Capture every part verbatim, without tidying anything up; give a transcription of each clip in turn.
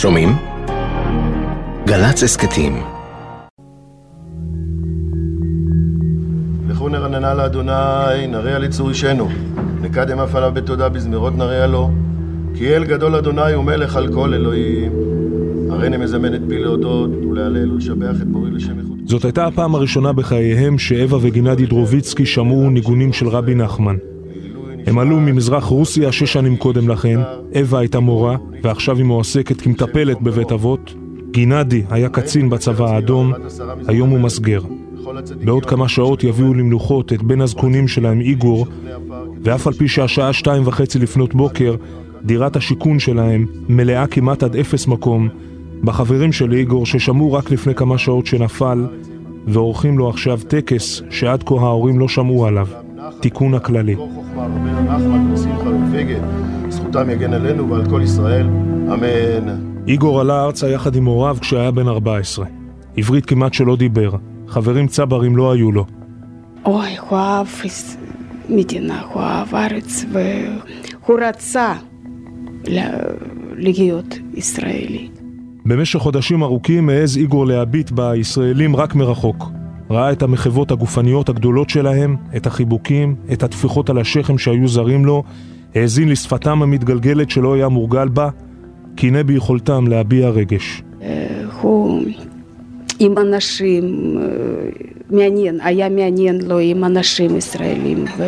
שומעים? גל"צ הסכתים. לכו נרננה לאדוני, נראה על יצור אישנו, נקדם אף עליו בתודה בזמירות נראה לו, כי אל גדול אדוני ומלך על כל אלוהים. הרי נמזמן את פי להודות ולהלל ולשבח את בורי לשם איכות. זאת הייתה הפעם הראשונה בחייהם שאווה וגנדי דרוביצקי שמעו ניגונים של רבי נחמן. הם עלו ממזרח רוסיה שש שנים קודם לכן. אווה הייתה מורה ועכשיו היא מועסקת כמטפלת בבית אבות. גנדי היה קצין בצבא האדום, היום הוא מסגר. בעוד כמה שעות יביאו למנוחות את בן הזקונים שלהם איגור, ואף על פי שהשעה שתיים וחצי לפנות בוקר דירת השיכון שלהם מלאה כמעט עד אפס מקום בחברים של איגור ששמעו רק לפני כמה שעות שנפל, ועורכים לו עכשיו טקס שעד כה ההורים לא שמעו עליו, תיקון הכללי. זכותם יגן עלינו ועל כל ישראל, אמן. איגור עלה ארצה יחד עם הוריו כשהיה בן ארבע עשרה. עברית כמעט שלא דיבר, חברים צברים לא היו לו. אוי, הוא אהב מדינה, הוא אהב ארץ, והוא רצה להיות ישראלי. במשך חודשים ארוכים העז איגור להביט בישראלים רק מרחוק. ראה את המחוות הגופניות הגדולות שלהם, את החיבוקים, את התפיחות על השכם שהיו זרים לו, האזין לשפתם המתגלגלת שלא היה מורגל בה, קינה ביכולתם להביע רגש. הוא עם אנשים, מעניין, היה מעניין לו עם אנשים ישראלים. ו...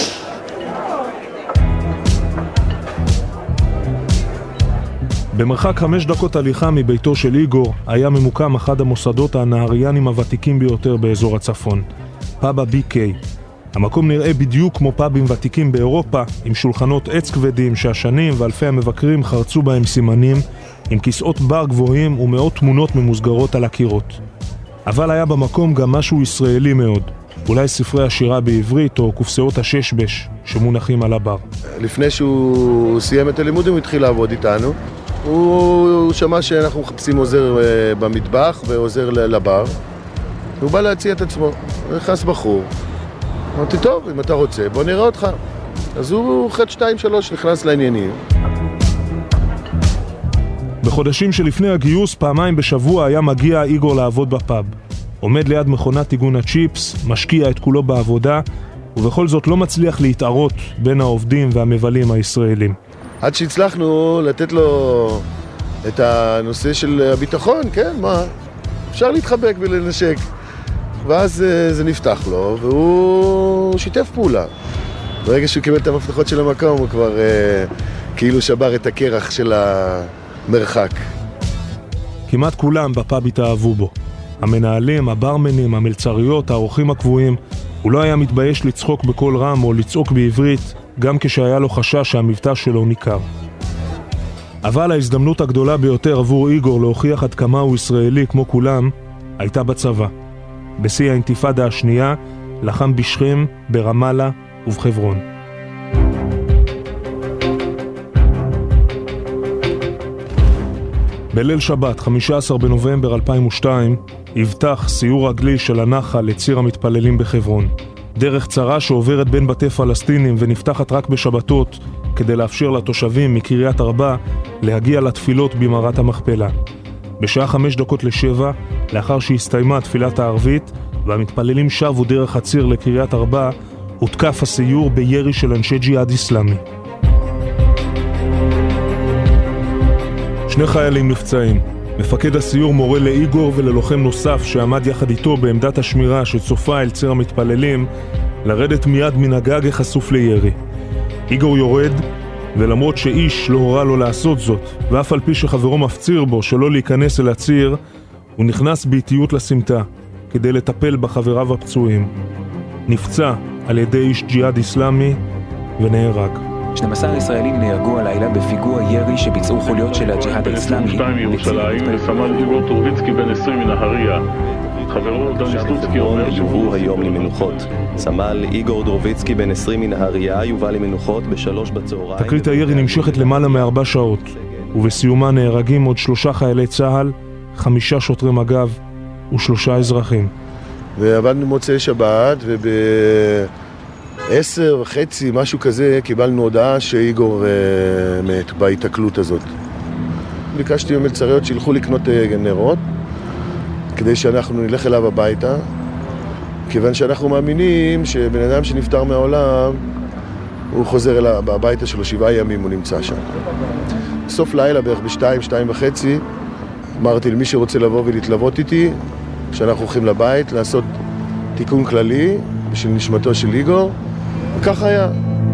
במרחק חמש דקות הליכה מביתו של איגור היה ממוקם אחד המוסדות הנהריינים הוותיקים ביותר באזור הצפון, פאבה בי קיי. המקום נראה בדיוק כמו פאבים ותיקים באירופה, עם שולחנות עץ כבדים שהשנים ואלפי המבקרים חרצו בהם סימנים, עם כיסאות בר גבוהים ומאות תמונות ממוסגרות על הקירות. אבל היה במקום גם משהו ישראלי מאוד, אולי ספרי השירה בעברית או קופסאות הששבש שמונחים על הבר. לפני שהוא סיים את הלימודים הוא התחיל לעבוד איתנו. הוא שמע שאנחנו מחפשים עוזר במטבח ועוזר לבר. הוא בא להציע את עצמו, נכנס בחור. אמרתי, טוב, אם אתה רוצה, בוא נראה אותך. אז הוא חד שתיים שלוש נכנס לעניינים. בחודשים שלפני הגיוס, פעמיים בשבוע היה מגיע איגור לעבוד בפאב. עומד ליד מכונת טיגון הצ'יפס, משקיע את כולו בעבודה, ובכל זאת לא מצליח להתערות בין העובדים והמבלים הישראלים. עד שהצלחנו לתת לו את הנושא של הביטחון, כן, מה? אפשר להתחבק ולנשק. ואז זה נפתח לו, והוא שיתף פעולה. ברגע שהוא קיבל את המפתחות של המקום, הוא כבר אה, כאילו שבר את הקרח של המרחק. כמעט כולם בפאב התאהבו בו. המנהלים, הברמנים, המלצריות, האורחים הקבועים. הוא לא היה מתבייש לצחוק בקול רם או לצעוק בעברית, גם כשהיה לו חשש שהמבטא שלו ניכר. אבל ההזדמנות הגדולה ביותר עבור איגור להוכיח עד כמה הוא ישראלי כמו כולם, הייתה בצבא. בשיא האינתיפאדה השנייה, לחם בשכם, ברמאללה ובחברון. בליל שבת, חמישה עשר בנובמבר אלפיים ושתיים, הבטח סיור רגלי של הנחל לציר המתפללים בחברון. דרך צרה שעוברת בין בתי פלסטינים ונפתחת רק בשבתות, כדי לאפשר לתושבים מקריית ארבע להגיע לתפילות במערת המכפלה. בשעה חמש דקות לשבע, לאחר שהסתיימה תפילת הערבית והמתפללים שבו דרך הציר לקריית ארבע, הותקף הסיור בירי של אנשי ג'יהאד איסלאמי. שני חיילים נפצעים. מפקד הסיור מורה לאיגור וללוחם נוסף שעמד יחד איתו בעמדת השמירה שצופה אל ציר המתפללים לרדת מיד מן הגג החשוף לירי. איגור יורד, ולמרות שאיש לא הורה לו לעשות זאת, ואף על פי שחברו מפציר בו שלא להיכנס אל הציר, הוא נכנס באיטיות לסמטה כדי לטפל בחבריו הפצועים. נפצע על ידי איש ג'יהאד איסלאמי ונהרג. שנים עשר ישראלים נהרגו הלילה בפיגוע ירי שביצעו חוליות של הג'יהאד האיסלאמי. שתיים מירושלים, לסמל איגור טורביצקי בן עשרים מנהריה. חברו דני סלוצקי אומר יובאו היום למנוחות. סמל איגור דרוביצקי בן עשרים מנהריה יובא למנוחות בשלוש בצהריים. תקרית הירי נמשכת למעלה מארבע שעות, ובסיומה נהרגים עוד שלושה חיילי צה"ל, חמישה שוטרי מג"ב ושלושה אזרחים. ועבדנו מוצאי שבת, וב... עשר וחצי, משהו כזה, קיבלנו הודעה שאיגור אה, מת בהתקלות הזאת. ביקשתי ממלצריות שילכו לקנות נרות, כדי שאנחנו נלך אליו הביתה, כיוון שאנחנו מאמינים שבן אדם שנפטר מהעולם, הוא חוזר אליו הביתה שלו שבעה ימים, הוא נמצא שם. בסוף לילה, בערך בשתיים, שתיים וחצי, אמרתי למי שרוצה לבוא ולהתלוות איתי, כשאנחנו הולכים לבית, לעשות תיקון כללי בשביל נשמתו של איגור, וכך היה.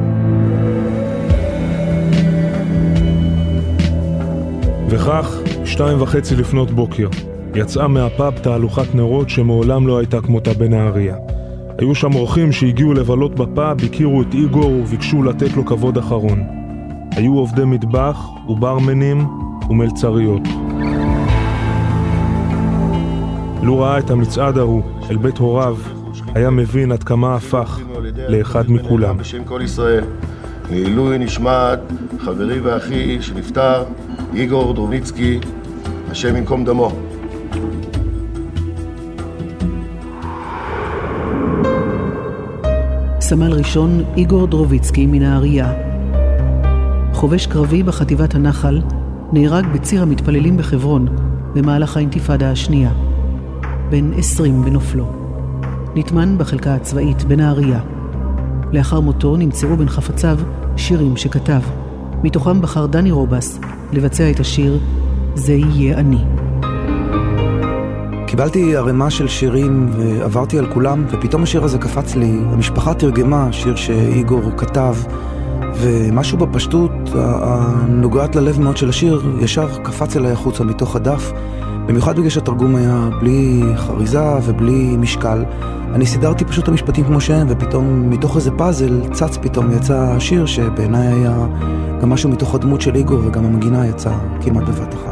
וכך, שתיים וחצי לפנות בוקר, יצאה מהפאב תהלוכת נרות שמעולם לא הייתה כמותה בנהריה. היו שם אורחים שהגיעו לבלות בפאב, הכירו את איגור וביקשו לתת לו כבוד אחרון. היו עובדי מטבח וברמנים ומלצריות. לו ראה את המצעד ההוא אל בית הוריו, היה מבין עד כמה הפך לאחד מכולם. בשם כל ישראל, לעילוי נשמת חברי ואחי שנפטר, איגור דרוביצקי, השם ינקום דמו. סמל ראשון איגור דרוביצקי מנהריה, חובש קרבי בחטיבת הנחל, נהרג בציר המתפללים בחברון במהלך האינתיפאדה השנייה. בן עשרים בנופלו. נטמן בחלקה הצבאית בנהריה. לאחר מותו נמצאו בין חפציו שירים שכתב. מתוכם בחר דני רובס לבצע את השיר "זה יהיה אני". קיבלתי הרמה של שירים ועברתי על כולם, ופתאום השיר הזה קפץ לי. המשפחה תרגמה שיר שאיגור כתב, ומשהו בפשטות הנוגעת ללב מאוד של השיר ישר קפץ אליי החוצה מתוך הדף, במיוחד בגלל שהתרגום היה בלי חריזה ובלי משקל. אני סידרתי פשוט את המשפטים כמו שהם, ופתאום מתוך איזה פאזל צץ פתאום יצא השיר שבעיניי היה גם משהו מתוך הדמות של איגור, וגם המגינה יצא כמעט בבת אחת.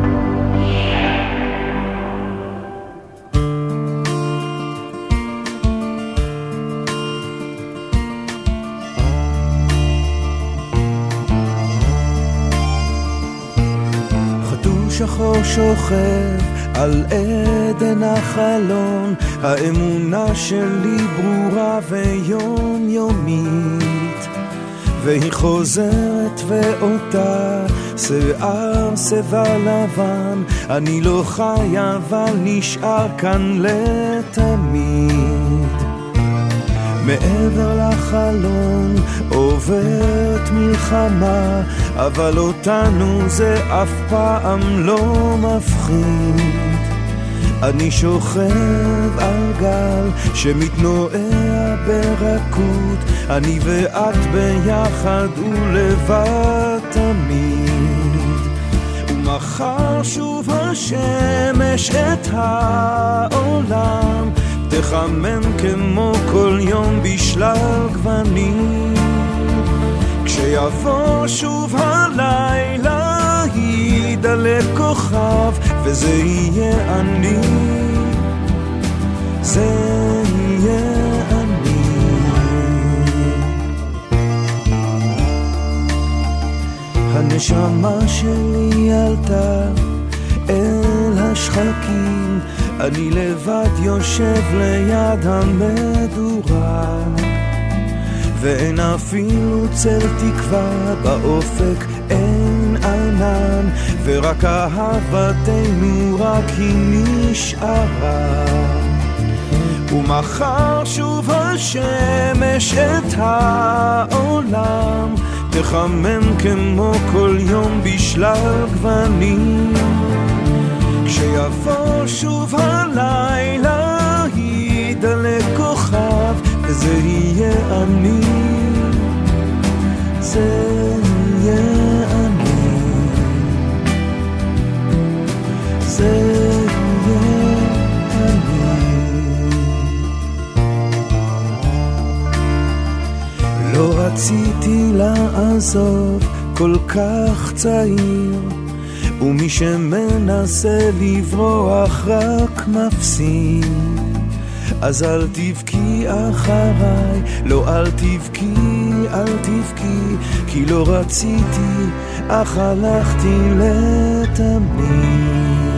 שחור שוכב על עדן החלון, האמונה שלי ברורה ויום יומית, והיא חוזרת ואותה שיער סבע לבן, אני לא חי אבל נשאר כאן לתמיד. מעבר לחלון עוברת מלחמה, אבל אותנו זה אף פעם לא מפחיד. אני שוכב על גל שמתנועע ברכות, אני ואת ביחד ולבד תמיד. ומחר שוב השמש את העולם תחמם כמו כל יום בשלל גוונים. כשיבוא שוב הלילה ידלק כוכב, וזה יהיה אני, זה יהיה אני. הנשמה שלי עלתה אל השחקים, אני לבד יושב ליד המדורה, ואין אפילו צל תקווה באופק, אין ענן, ורק אהבתנו רק היא נשארה. ומחר שוב השמש את העולם תחמם כמו כל יום בשלל גוונים. כשיבוא שוב הלילה ידלק כוכב, וזה יהיה אני, זה יהיה אני, זה יהיה אני. לא רציתי לעזוב כל כך צעיר, ומי שמנסה לברוח רק מפסיד. אז אל תבכי אחריי, לא אל תבכי, אל תבכי, כי לא רציתי, אך הלכתי לתמיד.